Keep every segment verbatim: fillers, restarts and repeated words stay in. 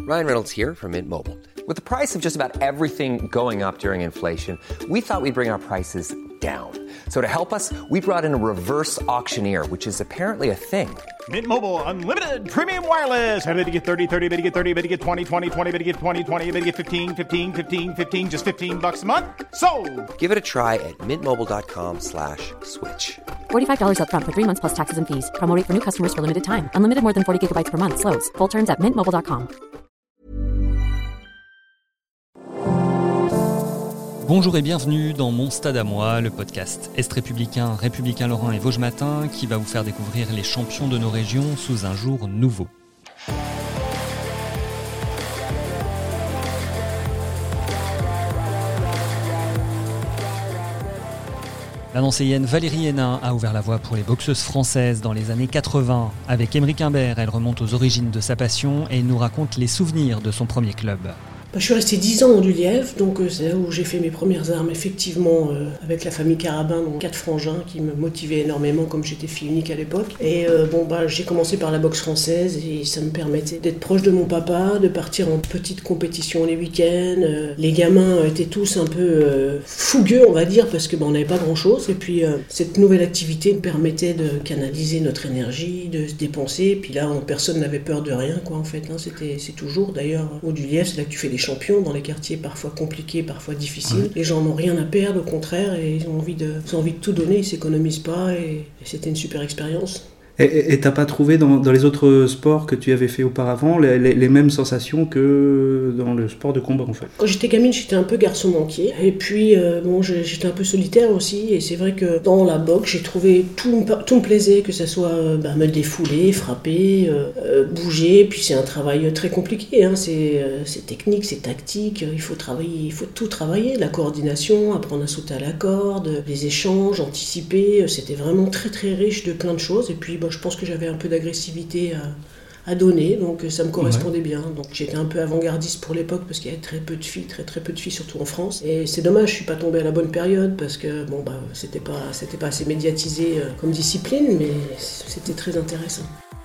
Ryan Reynolds here from Mint Mobile. With the price of just about everything going up during inflation, we thought we'd bring our prices down. So to help us, we brought in a reverse auctioneer, which is apparently a thing. Mint Mobile Unlimited Premium Wireless. How to get thirty, thirty, how to get thirty, how to get twenty, twenty, twenty, how to get twenty, twenty, how to get fifteen, fifteen, fifteen, fifteen, just fifteen bucks a month? Sold! Give it a try at mintmobile.com slash switch. forty-five dollars up front for three months plus taxes and fees. Promo rate for new customers for limited time. Unlimited more than forty gigabytes per month. Slows full terms at mint mobile dot com. Bonjour et bienvenue dans Mon Stade à moi, le podcast Est républicain, républicain Lorrain et Vosges Matin qui va vous faire découvrir les champions de nos régions sous un jour nouveau. La Nancéienne Valérie Hénin a ouvert la voie pour les boxeuses françaises dans les années quatre-vingts. Avec Émeric Imbert, elle remonte aux origines de sa passion et nous raconte les souvenirs de son premier club. Je suis restée dix ans au Lièvre, donc euh, c'est là où j'ai fait mes premières armes, effectivement, euh, avec la famille Carabin, donc quatre frangins qui me motivaient énormément, comme j'étais fille unique à l'époque. Et euh, bon, bah, j'ai commencé par la boxe française et ça me permettait d'être proche de mon papa, de partir en petite compétition les week-ends. Euh, les gamins étaient tous un peu euh, fougueux, on va dire, parce que bah, on n'avait pas grand-chose. Et puis euh, cette nouvelle activité me permettait de canaliser notre énergie, de se dépenser. Et puis là, on, personne n'avait peur de rien, quoi, en fait. Hein. C'était, c'est toujours, d'ailleurs, au Lièvre, c'est là que tu fais des champions dans les quartiers parfois compliqués, parfois difficiles. Ouais. Les gens n'ont rien à perdre, au contraire, et ils ont envie de, ils ont envie de tout donner, ils s'économisent pas, et, et c'était une super expérience. Et, et t'as pas trouvé dans, dans les autres sports que tu avais fait auparavant les, les, les mêmes sensations que dans le sport de combat en fait? Quand j'étais gamine, j'étais un peu garçon manqué. Et puis, euh, bon, j'étais un peu solitaire aussi. Et c'est vrai que dans la boxe, j'ai trouvé tout, tout me plaisait, que ce soit euh, bah, me défouler, frapper, euh, euh, bouger. Puis c'est un travail très compliqué. Hein. C'est, euh, c'est technique, c'est tactique. Il faut travailler, il faut tout travailler. La coordination, apprendre à sauter à la corde, les échanges, anticiper. C'était vraiment très très riche de plein de choses. Et puis, bah, je pense que j'avais un peu d'agressivité à, à donner, donc ça me correspondait ouais. bien. Donc j'étais un peu avant-gardiste pour l'époque parce qu'il y avait très peu de filles, très très peu de filles, surtout en France. Et c'est dommage, je suis pas tombée à la bonne période parce que bon bah c'était pas c'était pas assez médiatisé comme discipline, mais c'était très intéressant.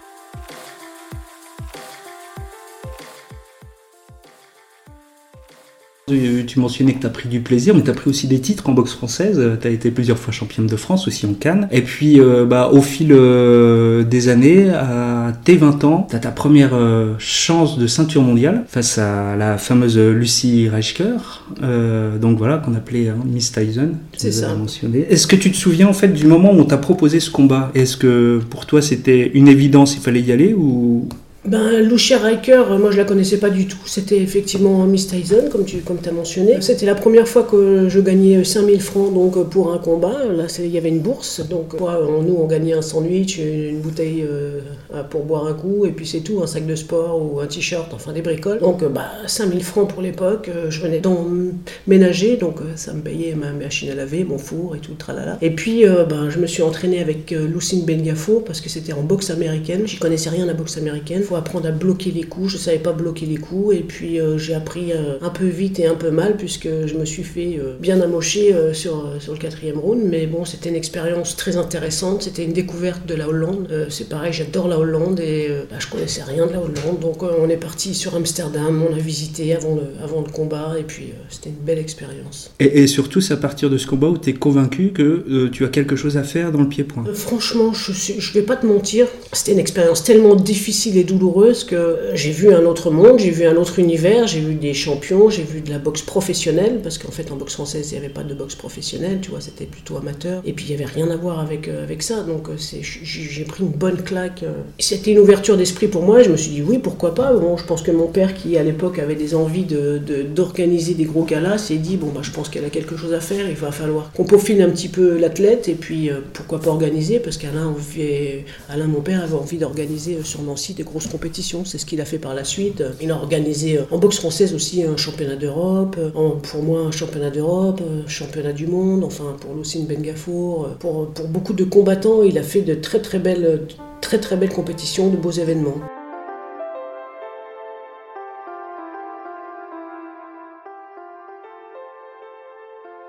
Tu mentionnais que tu as pris du plaisir, mais tu as pris aussi des titres en boxe française. Tu as été plusieurs fois championne de France, aussi en Cannes. Et puis, euh, bah, au fil euh, des années, à tes vingt ans, tu as ta première euh, chance de ceinture mondiale face à la fameuse Lucy Reichker, euh, donc voilà, qu'on appelait hein, Miss Tyson. Tu C'est ça. Mentionné. Est-ce que tu te souviens en fait du moment où on t'a proposé ce combat? Est-ce que pour toi c'était une évidence, il fallait y aller ou... Ben, Lucia Reichker, moi je la connaissais pas du tout. C'était effectivement Miss Tyson, comme tu comme t'as mentionné. C'était la première fois que je gagnais cinq mille francs donc, pour un combat. Là, il y avait une bourse. Donc, quoi, nous, on gagnait un sandwich, une bouteille euh, pour boire un coup, et puis c'est tout, un sac de sport ou un t-shirt, enfin des bricoles. Donc, bah, cinq mille francs pour l'époque. Je venais d'emménager, donc ça me payait ma machine à laver, mon four et tout, tralala. Et puis, euh, ben, je me suis entraînée avec Lucine Bengafour parce que c'était en boxe américaine. J'y connaissais rien à la boxe américaine. Apprendre à bloquer les coups, je savais pas bloquer les coups et puis euh, j'ai appris euh, un peu vite et un peu mal puisque je me suis fait euh, bien amocher euh, sur, euh, sur le quatrième round, mais bon c'était une expérience très intéressante, c'était une découverte de la Hollande, euh, c'est pareil, j'adore la Hollande et euh, bah, je connaissais rien de la Hollande, donc euh, on est parti sur Amsterdam, on a visité avant le, avant le combat et puis euh, c'était une belle expérience. Et, et surtout c'est à partir de ce combat où tu es convaincu que euh, tu as quelque chose à faire dans le pied-point? euh, Franchement, je, suis, je vais pas te mentir, c'était une expérience tellement difficile et douloureuse que j'ai vu un autre monde, j'ai vu un autre univers, j'ai vu des champions, j'ai vu de la boxe professionnelle, parce qu'en fait en boxe française il n'y avait pas de boxe professionnelle, tu vois, c'était plutôt amateur, et puis il n'y avait rien à voir avec, euh, avec ça, donc c'est, j'ai pris une bonne claque. C'était une ouverture d'esprit pour moi, et je me suis dit oui, pourquoi pas. Bon, je pense que mon père qui à l'époque avait des envies de, de, d'organiser des gros galas s'est dit bon bah je pense qu'elle a quelque chose à faire, il va falloir qu'on peaufine un petit peu l'athlète, et puis euh, pourquoi pas organiser, parce qu'Alain, Alain mon père avait envie d'organiser sur Nancy des grosses compétitions, c'est ce qu'il a fait par la suite. Il a organisé en boxe française aussi un championnat d'Europe, en, pour moi un championnat d'Europe, un championnat du monde, enfin pour Lucine Bengafour, pour, pour beaucoup de combattants, il a fait de très très belles, très très belles compétitions, de beaux événements.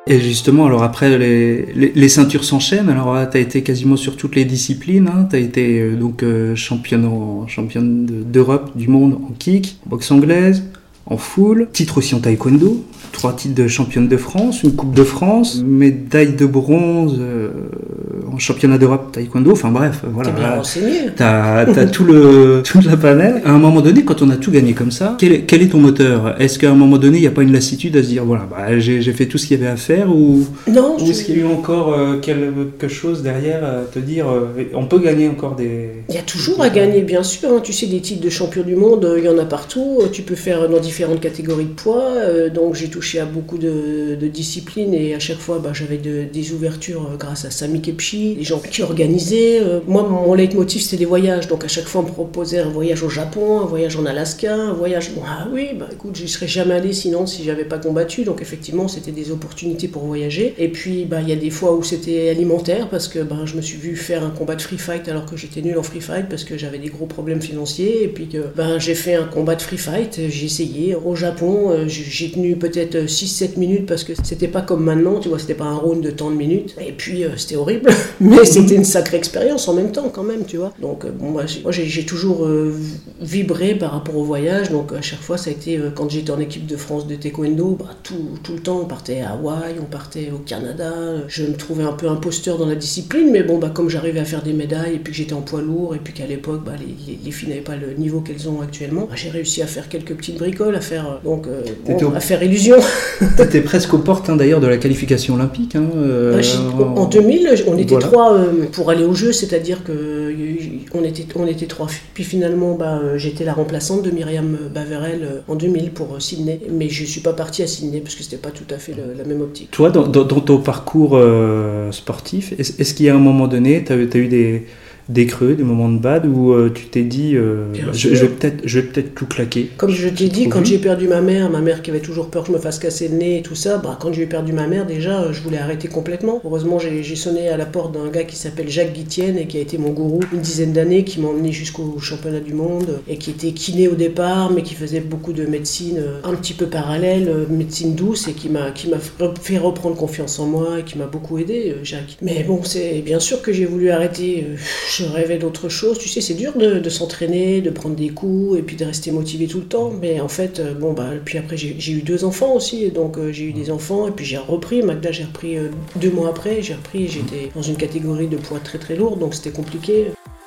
Et justement, alors après, les, les, les ceintures s'enchaînent. Alors là, tu as été quasiment sur toutes les disciplines. Hein. Tu as été euh, donc euh, championne, en, championne de, d'Europe, du monde en kick, en boxe anglaise, en full, titre aussi en taekwondo, trois titres de championne de France, une coupe de France, médaille de bronze euh, en championnat d'Europe taekwondo, enfin bref, voilà. T'es bien renseigné. T'as, t'as tout le, toute la panel. À un moment donné, quand on a tout gagné comme ça, quel est, quel est ton moteur ? Est-ce qu'à un moment donné, il n'y a pas une lassitude à se dire, voilà, bah, j'ai, j'ai fait tout ce qu'il y avait à faire, ou, Non, ou je... est-ce qu'il y a eu encore euh, quelque chose derrière à te dire, euh, on peut gagner encore des... Il y a toujours à gagner, bien sûr. Hein. Tu sais, des titres de champion du monde, il y en a partout. Tu peux faire dans différentes catégories de poids. Euh, donc, j'ai touché à beaucoup de, de disciplines et à chaque fois, bah, j'avais de, des ouvertures euh, grâce à Sami Kepchi, les gens qui organisaient. Euh, moi, mon leitmotiv, c'était des voyages. Donc, à chaque fois, on me proposait un voyage au Japon, un voyage en Alaska, un voyage... Bon, ah oui, bah écoute, j'y serais jamais allé sinon si j'avais pas combattu. Donc, effectivement, c'était des opportunités pour voyager. Et puis, bah, il y a des fois où c'était alimentaire parce que bah, je me suis vu faire un combat de free fight alors que j'étais nul en free fight parce que j'avais des gros problèmes financiers. Et puis, que bah, j'ai fait un combat de free fight. J'ai essayé. Au Japon, euh, j'ai tenu peut-être six sept minutes parce que c'était pas comme maintenant, tu vois, c'était pas un round de tant de minutes. Et puis, euh, c'était horrible. Mais c'était une sacrée expérience en même temps, quand même, tu vois. Donc, euh, bon, moi, j'ai, moi, j'ai, j'ai toujours euh, vibré par rapport au voyage. Donc, à chaque fois, ça a été, euh, quand j'étais en équipe de France de taekwondo, bah, tout, tout le temps, on partait à Hawaï, on partait au Canada. Je me trouvais un peu imposteur dans la discipline, mais bon, bah, comme j'arrivais à faire des médailles, et puis que j'étais en poids lourd, et puis qu'à l'époque, bah, les, les, les filles n'avaient pas le niveau qu'elles ont actuellement, bah, j'ai réussi à faire quelques petites bricoles, à faire, euh, donc, euh, bon, au... à faire illusion. T'étais presque aux portes, hein, d'ailleurs, de la qualification olympique. Hein, euh, bah, en deux mille, on était voilà. trois euh, pour aller au jeu, c'est-à-dire que on était, on était trois. Puis finalement, bah, j'étais la remplaçante de Myriam Baverel en deux mille pour Sydney. Mais je ne suis pas partie à Sydney parce que c'était pas tout à fait le, la même optique. Toi, dans, dans, dans ton parcours euh, sportif, est-ce, est-ce qu'il y a un moment donné, tu as eu des, des creux, des moments de bad où euh, tu t'es dit euh, bah, je, je, vais peut-être, je vais peut-être tout claquer? Comme je t'ai dit, quand j'ai perdu ma mère, ma mère qui avait toujours peur que je me fasse casser le nez et tout ça, bah, quand j'ai perdu ma mère, déjà, je voulais arrêter complètement. Heureusement, j'ai, j'ai sonné à la porte d'un gars qui s'appelle Jacques Guitienne et qui a été mon gourou une dizaine d'années, qui m'a emmené jusqu'au championnat du monde et qui était kiné au départ, mais qui faisait beaucoup de médecine un petit peu parallèle, médecine douce, et qui m'a, qui m'a fait reprendre confiance en moi et qui m'a beaucoup aidé, Jacques. Mais bon, c'est bien sûr que j'ai voulu arrêter. Je rêvais d'autre chose. Tu sais, c'est dur de, de s'entraîner, de prendre des coups et puis de rester motivé tout le temps. Mais en fait, bon, bah, puis après, j'ai, j'ai eu deux enfants aussi. Donc, euh, j'ai eu des enfants et puis j'ai repris. Magda, j'ai repris euh, deux mois après. J'ai repris, j'étais dans une catégorie de poids très très lourd, donc c'était compliqué.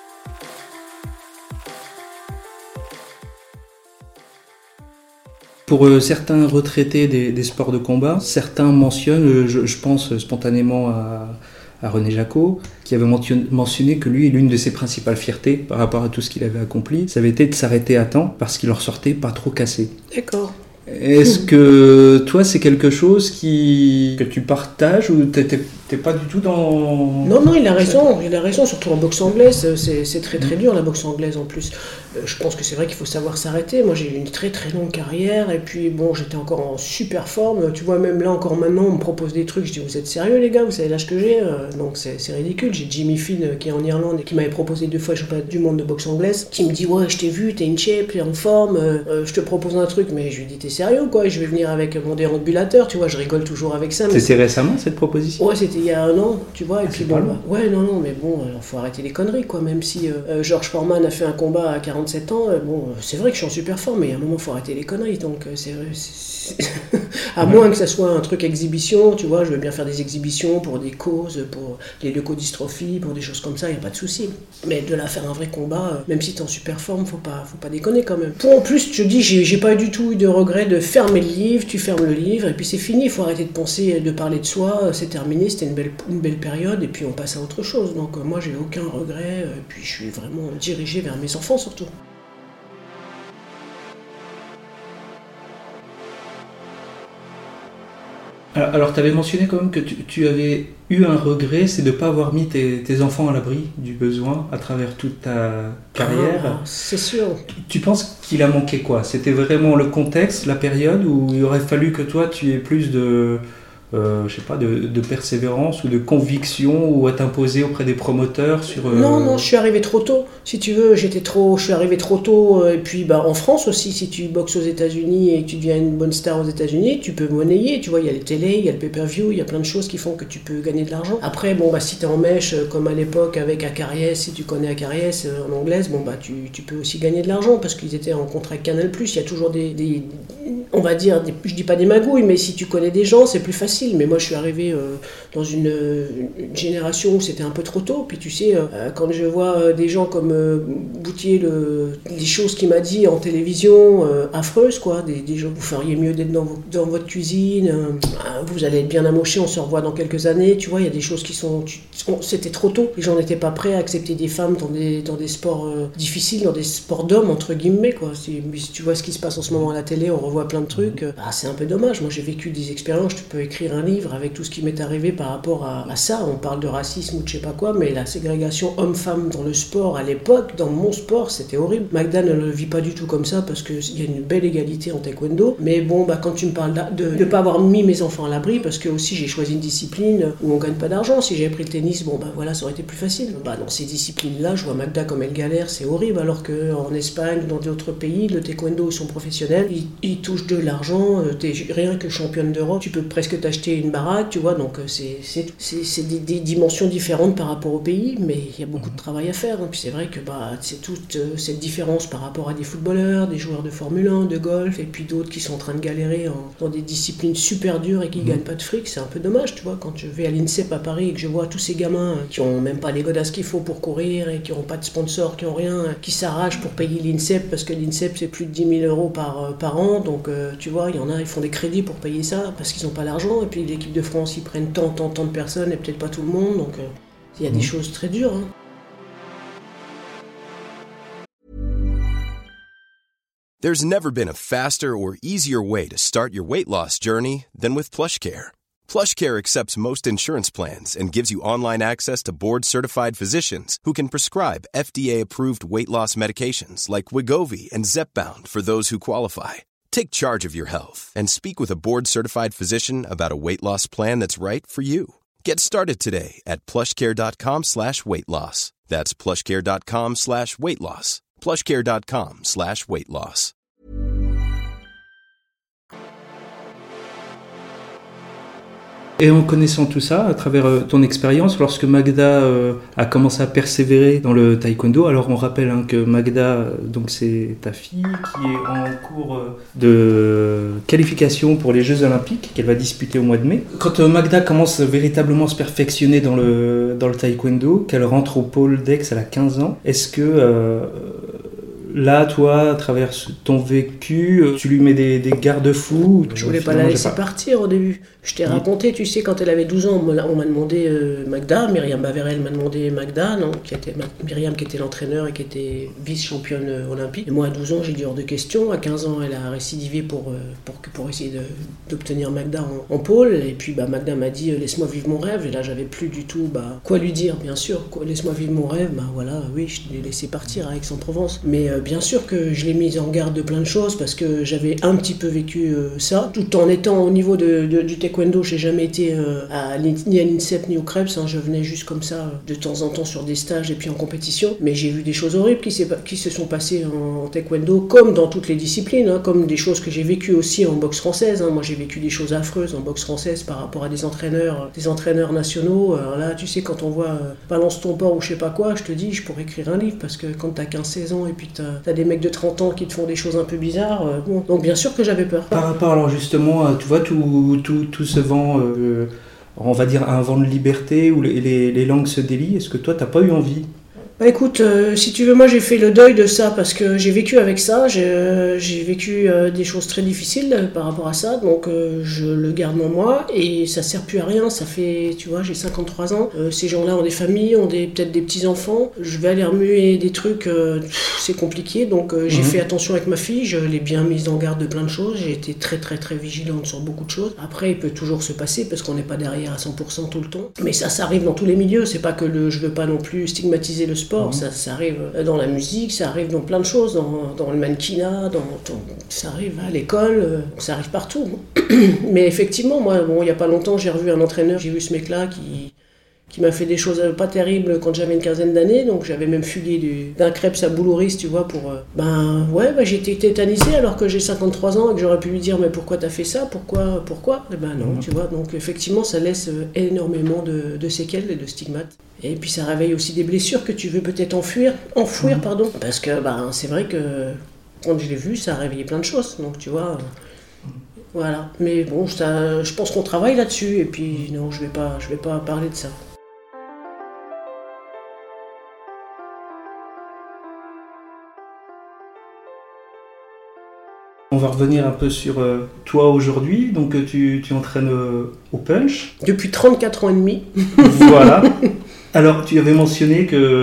Pour euh, certains retraités des, des sports de combat, certains mentionnent, euh, je, je pense spontanément à, à René Jacot, qui avait mentionné que lui, l'une de ses principales fiertés par rapport à tout ce qu'il avait accompli, ça avait été de s'arrêter à temps parce qu'il en ressortait pas trop cassé. D'accord. Est-ce que toi, c'est quelque chose qui... que tu partages ou t'es, t'es, t'es pas du tout dans... Non, non, il a raison, il a raison, surtout en boxe anglaise, c'est, c'est très très dur la boxe anglaise en plus. Euh, je pense que c'est vrai qu'il faut savoir s'arrêter. Moi, j'ai eu une très très longue carrière et puis bon, j'étais encore en super forme. Tu vois, même là, encore maintenant, on me propose des trucs. Je dis, vous êtes sérieux les gars, vous savez l'âge que j'ai euh, Donc c'est, c'est ridicule. J'ai Jimmy Finn euh, qui est en Irlande et qui m'avait proposé deux fois le championnat du monde de boxe anglaise, qui me dit, ouais, je t'ai vu, t'es in shape, t'es en forme, euh, euh, je te propose un truc, mais je lui dis, t'es sérieux quoi, je vais venir avec mon déambulateur, tu vois, je rigole toujours avec ça. Mais... C'était récemment cette proposition? Ouais, c'était il y a un an, tu vois, et ah, puis bon, bah, ouais, non, non, mais bon, alors faut arrêter les conneries quoi, même si euh, George Foreman a fait un combat à quarante-sept ans, euh, bon, c'est vrai que je suis en super forme, mais à un moment faut arrêter les conneries, donc euh, c'est, c'est, c'est... à ouais. moins que ça soit un truc exhibition, tu vois, je veux bien faire des exhibitions pour des causes, pour les leucodystrophies, pour des choses comme ça, il n'y a pas de souci. Mais de la faire un vrai combat, euh, même si t'es en super forme, faut pas, faut pas déconner quand même. Pour en plus, je te dis, j'ai, j'ai pas du tout eu de regret de fermer le livre, tu fermes le livre, et puis c'est fini, il faut arrêter de penser, de parler de soi, c'est terminé, c'était une belle, une belle période, et puis on passe à autre chose. Donc euh, moi, j'ai aucun regret, et puis je suis vraiment dirigé vers mes enfants surtout. Alors, tu avais mentionné quand même que tu, tu avais eu un regret, c'est de ne pas avoir mis tes, tes enfants à l'abri du besoin à travers toute ta carrière. Ah, c'est sûr. Tu, tu penses qu'il a manqué quoi? C'était vraiment le contexte, la période, où il aurait fallu que toi, tu aies plus de, Euh, je sais pas, de, de persévérance ou de conviction ou à t'imposer auprès des promoteurs sur... Euh... Non, non, je suis arrivé trop tôt. Si tu veux, j'étais trop, je suis arrivé trop tôt. Et puis, bah, en France aussi, si tu boxes aux États-Unis et que tu deviens une bonne star aux États-Unis, tu peux monnayer. Tu vois, il y a les télés, il y a le pay-per-view, il y a plein de choses qui font que tu peux gagner de l'argent. Après, bon, bah, si t'es en mèche, comme à l'époque avec Acariès, si tu connais Acariès euh, en anglaise, bon, bah, tu, tu peux aussi gagner de l'argent parce qu'ils étaient en contrat avec Canal plus. Il y a toujours des, des on va dire, des, je dis pas des magouilles, mais si tu connais des gens, c'est plus facile. Mais moi, je suis arrivé euh, dans une, une génération où c'était un peu trop tôt. Puis tu sais, euh, quand je vois euh, des gens comme euh, Boutier, le, les choses qu'il m'a dit en télévision, euh, affreuses, quoi. Des, des gens, vous feriez mieux d'être dans, vos, dans votre cuisine, euh, vous allez être bien amoché, on se revoit dans quelques années. Tu vois, il y a des choses qui sont... Tu, on, c'était trop tôt. Les gens n'étaient pas prêts à accepter des femmes dans des, dans des sports euh, difficiles, dans des sports d'hommes, entre guillemets, quoi. Si, si tu vois ce qui se passe en ce moment à la télé, on revoit plein de trucs. Euh, bah, c'est un peu dommage. Moi, j'ai vécu des expériences, je peux écrire un livre avec tout ce qui m'est arrivé par rapport à, à ça. On parle de racisme ou de je sais pas quoi, mais la ségrégation homme-femme dans le sport à l'époque, dans mon sport, c'était horrible. Magda ne le vit pas du tout comme ça parce qu'il y a une belle égalité en taekwondo. Mais bon, bah, quand tu me parles de ne pas avoir mis mes enfants à l'abri, parce que aussi j'ai choisi une discipline où on gagne pas d'argent. Si j'avais pris le tennis, bon bah voilà, ça aurait été plus facile. Bah, dans ces disciplines-là, je vois Magda comme elle galère, c'est horrible. Alors qu'en Espagne, dans d'autres pays, le taekwondo, ils sont professionnels, ils, ils touchent de l'argent. T'es rien que championne d'Europe, tu peux presque t'acheter une baraque, tu vois, donc c'est, c'est, c'est, c'est des, des dimensions différentes par rapport au pays, mais il y a beaucoup de travail à faire. Hein. Puis c'est vrai que bah, c'est toute euh, cette différence par rapport à des footballeurs, des joueurs de Formule un, de golf, et puis d'autres qui sont en train de galérer en, dans des disciplines super dures et qui ne mmh. gagnent pas de fric, c'est un peu dommage, tu vois, quand je vais à l'INSEP à Paris et que je vois tous ces gamins qui ont même pas les godasses qu'il faut pour courir et qui n'ont pas de sponsor, qui n'ont rien, qui s'arrachent pour payer l'INSEP, parce que l'INSEP c'est plus de dix mille euros par, par an, donc euh, tu vois, il y en a, ils font des crédits pour payer ça, parce qu'ils n'ont pas l'argent, et puis l'équipe de France, ils prennent tant, tant, tant de personnes, et peut-être pas tout le monde, donc il euh, y a mmh. des choses très dures. Hein. There's never been a faster or easier way to start your weight loss journey than with PlushCare. PlushCare accepts most insurance plans and gives you online access to board-certified physicians who can prescribe F D A-approved weight loss medications like Wegovy and Zepbound for those who qualify. Take charge of your health and speak with a board-certified physician about a weight loss plan that's right for you. Get started today at plushcare.com slash weight loss. That's plushcare.com slash weight loss. plushcare.com slash weight loss. Et en connaissant tout ça, à travers euh, ton expérience, lorsque Magda euh, a commencé à persévérer dans le taekwondo, alors on rappelle hein, que Magda, euh, donc c'est ta fille qui est en cours euh, de qualification pour les Jeux Olympiques qu'elle va disputer au mois de mai. Quand euh, Magda commence véritablement à se perfectionner dans le, dans le taekwondo, qu'elle rentre au pôle d'Aix, elle a quinze ans, est-ce que... Euh, Là, toi, à travers ton vécu, tu lui mets des, des garde-fous. Je voulais pas la laisser pas... partir au début. Je t'ai mmh. raconté, tu sais, quand elle avait douze ans, on m'a demandé euh, Magda, Myriam Baverel m'a demandé Magda, non, qui était, Myriam qui était l'entraîneur et qui était vice-championne olympique. Et moi, à douze ans, j'ai dit hors de question. À quinze ans, elle a récidivé pour, pour, pour essayer de, d'obtenir Magda en, en pôle. Et puis, bah, Magda m'a dit, laisse-moi vivre mon rêve. Et là, j'avais plus du tout bah, quoi lui dire, bien sûr. Quoi, laisse-moi vivre mon rêve. Bah voilà, oui, je l'ai laissé partir à Aix-en-Provence. Mais euh, bien sûr que je l'ai mise en garde de plein de choses parce que j'avais un petit peu vécu euh, ça. Tout en étant au niveau de, de, du taekwondo, j'ai jamais été euh, à, ni à l'INSEP ni au Krebs. Hein, je venais juste comme ça de temps en temps sur des stages et puis en compétition. Mais j'ai vu des choses horribles qui, qui se sont passées en, en taekwondo, comme dans toutes les disciplines, hein, comme des choses que j'ai vécues aussi en boxe française. Hein. Moi, j'ai vécu des choses affreuses en boxe française par rapport à des entraîneurs, des entraîneurs nationaux. Alors là, tu sais, quand on voit euh, balance ton porc ou je sais pas quoi, je te dis, je pourrais écrire un livre parce que quand t'as quinze seize ans et puis t'as, t'as des mecs de trente ans qui te font des choses un peu bizarres, euh, bon. Donc bien sûr que j'avais peur. Par rapport alors justement, tu vois, tout, tout, tout ce vent, euh, on va dire un vent de liberté où les, les, les langues se délient, est-ce que toi t'as pas eu envie ? Bah écoute, euh, si tu veux, moi j'ai fait le deuil de ça parce que j'ai vécu avec ça, j'ai, euh, j'ai vécu euh, des choses très difficiles euh, par rapport à ça, donc euh, je le garde en moi et ça sert plus à rien, ça fait, tu vois, j'ai cinquante-trois ans, euh, ces gens-là ont des familles, ont des, peut-être des petits-enfants, je vais aller remuer des trucs, euh, pff, c'est compliqué, donc euh, j'ai mmh. fait attention avec ma fille, je l'ai bien mise en garde de plein de choses, j'ai été très très très vigilante sur beaucoup de choses. Après, il peut toujours se passer parce qu'on n'est pas derrière à cent pour cent tout le temps, mais ça, ça arrive dans tous les milieux, c'est pas que le, je veux pas non plus stigmatiser le sport, sport. Mmh. Ça, ça arrive dans la musique, ça arrive dans plein de choses, dans, dans le mannequinat, dans, dans, ça arrive à l'école, ça arrive partout. Mais effectivement, moi, bon, il n'y a pas longtemps, j'ai revu un entraîneur, j'ai vu ce mec-là qui... qui m'a fait des choses pas terribles quand j'avais une quinzaine d'années, donc j'avais même fugué du, d'un Krebs à Boulouris, tu vois, pour... Euh, ben ouais, ben, j'ai été tétanisé alors que j'ai cinquante-trois ans et que j'aurais pu lui dire « mais pourquoi t'as fait ça ? Pourquoi Pourquoi ?» Eh ben non, mmh. tu vois, donc effectivement ça laisse énormément de, de séquelles et de stigmates. Et puis ça réveille aussi des blessures que tu veux peut-être enfouir, enfouir, mmh. pardon, parce que ben, c'est vrai que quand je l'ai vu, ça a réveillé plein de choses, donc tu vois... Euh, voilà, mais bon, ça, je pense qu'on travaille là-dessus, et puis non, je vais pas, je vais pas parler de ça. On va revenir un peu sur euh, toi aujourd'hui, donc euh, tu, tu entraînes euh, au punch. Depuis trente-quatre ans et demi. Voilà. Alors tu avais mentionné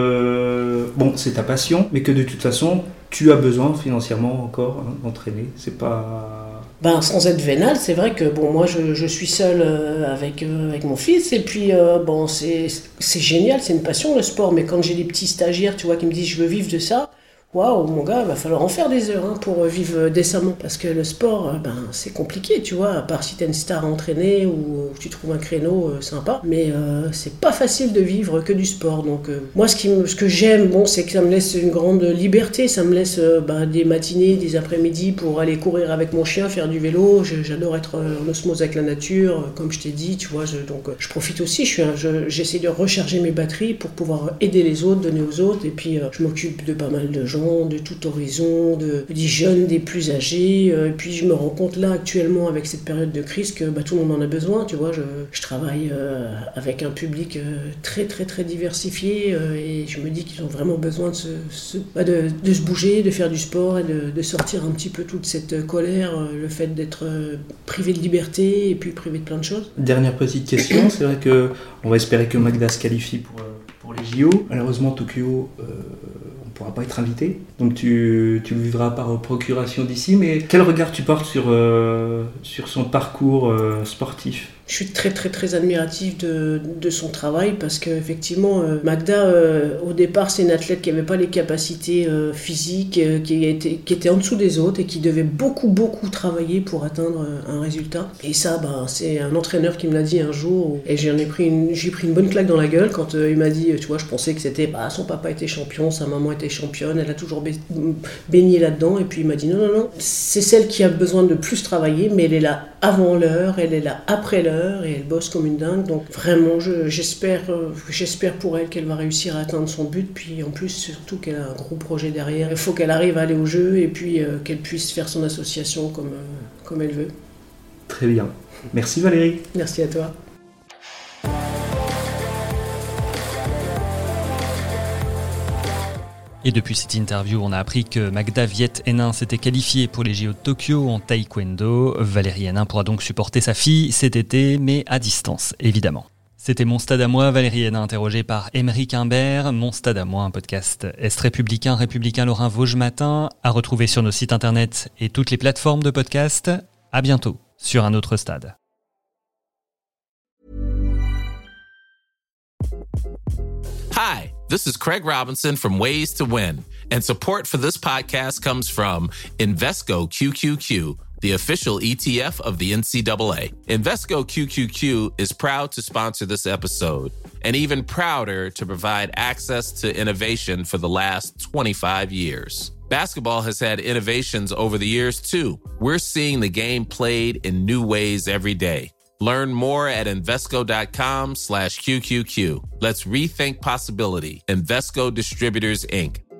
que, bon c'est ta passion, mais que de toute façon tu as besoin financièrement encore hein, d'entraîner, c'est pas... Ben, sans être vénal, c'est vrai que bon, moi je, je suis seul euh, avec, euh, avec mon fils, et puis euh, bon, c'est, c'est génial, c'est une passion le sport, mais quand j'ai des petits stagiaires, tu vois, qui me disent je veux vivre de ça, waouh, mon gars, il va falloir en faire des heures hein, pour vivre décemment. Parce que le sport, ben, c'est compliqué, tu vois, à part si t'as une star à entraîner ou tu trouves un créneau euh, sympa. Mais euh, c'est pas facile de vivre que du sport. Donc, euh, moi, ce, qui me, ce que j'aime, bon, c'est que ça me laisse une grande liberté. Ça me laisse euh, ben, des matinées, des après-midi pour aller courir avec mon chien, faire du vélo. Je, j'adore être en osmose avec la nature, comme je t'ai dit, tu vois. Je, donc, je profite aussi. Je suis un, je, j'essaie de recharger mes batteries pour pouvoir aider les autres, donner aux autres. Et puis, euh, je m'occupe de pas mal de gens, de tout horizon, de, des jeunes, des plus âgés, euh, et puis je me rends compte là actuellement avec cette période de crise que bah, tout le monde en a besoin, tu vois, je, je travaille euh, avec un public euh, très très très diversifié euh, et je me dis qu'ils ont vraiment besoin de se, se, bah, de, de se bouger, de faire du sport et de, de sortir un petit peu toute cette colère, euh, le fait d'être euh, privé de liberté et puis privé de plein de choses. Dernière petite question, c'est vrai que on va espérer que Magda se qualifie pour, pour les J O. Malheureusement Tokyo euh, ne pourra pas être invité, donc tu, tu le vivras par procuration d'ici, mais quel regard tu portes sur, euh, sur son parcours euh, sportif ? Je suis très très très admiratif de, de son travail parce qu'effectivement euh, Magda euh, au départ c'est une athlète qui n'avait pas les capacités euh, physiques, euh, qui, était, qui était en dessous des autres et qui devait beaucoup beaucoup travailler pour atteindre euh, un résultat. Et ça bah, c'est un entraîneur qui me l'a dit un jour et j'en ai pris une, j'ai pris une bonne claque dans la gueule quand euh, il m'a dit, tu vois, je pensais que c'était bah, son papa était champion, sa maman était championne, elle a toujours baigné là-dedans et puis il m'a dit non non non, c'est celle qui a besoin de plus travailler mais elle est là avant l'heure, elle est là après l'heure et elle bosse comme une dingue, donc vraiment je, j'espère, euh, j'espère pour elle qu'elle va réussir à atteindre son but, puis en plus surtout qu'elle a un gros projet derrière, il faut qu'elle arrive à aller au jeu et puis euh, qu'elle puisse faire son association comme, euh, comme elle veut. Très bien, merci Valérie. Merci à toi. Et depuis cette interview, on a appris que Magda Viet-Henin s'était qualifiée pour les J O de Tokyo en taekwondo. Valérie Henin pourra donc supporter sa fille cet été, mais à distance, évidemment. C'était Mon Stade à moi, Valérie Henin interrogée par Émeric Imbert. Mon Stade à moi, un podcast Est républicain, républicain Lorrain Vosges Matin, à retrouver sur nos sites internet et toutes les plateformes de podcast. À bientôt sur un autre stade. Hi, this is Craig Robinson from Ways to Win, and support for this podcast comes from Invesco Q Q Q, the official E T F of the N C double A. Invesco Q Q Q is proud to sponsor this episode, and even prouder to provide access to innovation for the last twenty-five years. Basketball has had innovations over the years, too. We're seeing the game played in new ways every day. Learn more at Invesco.com slash QQQ. Let's rethink possibility. Invesco Distributors, Incorporated.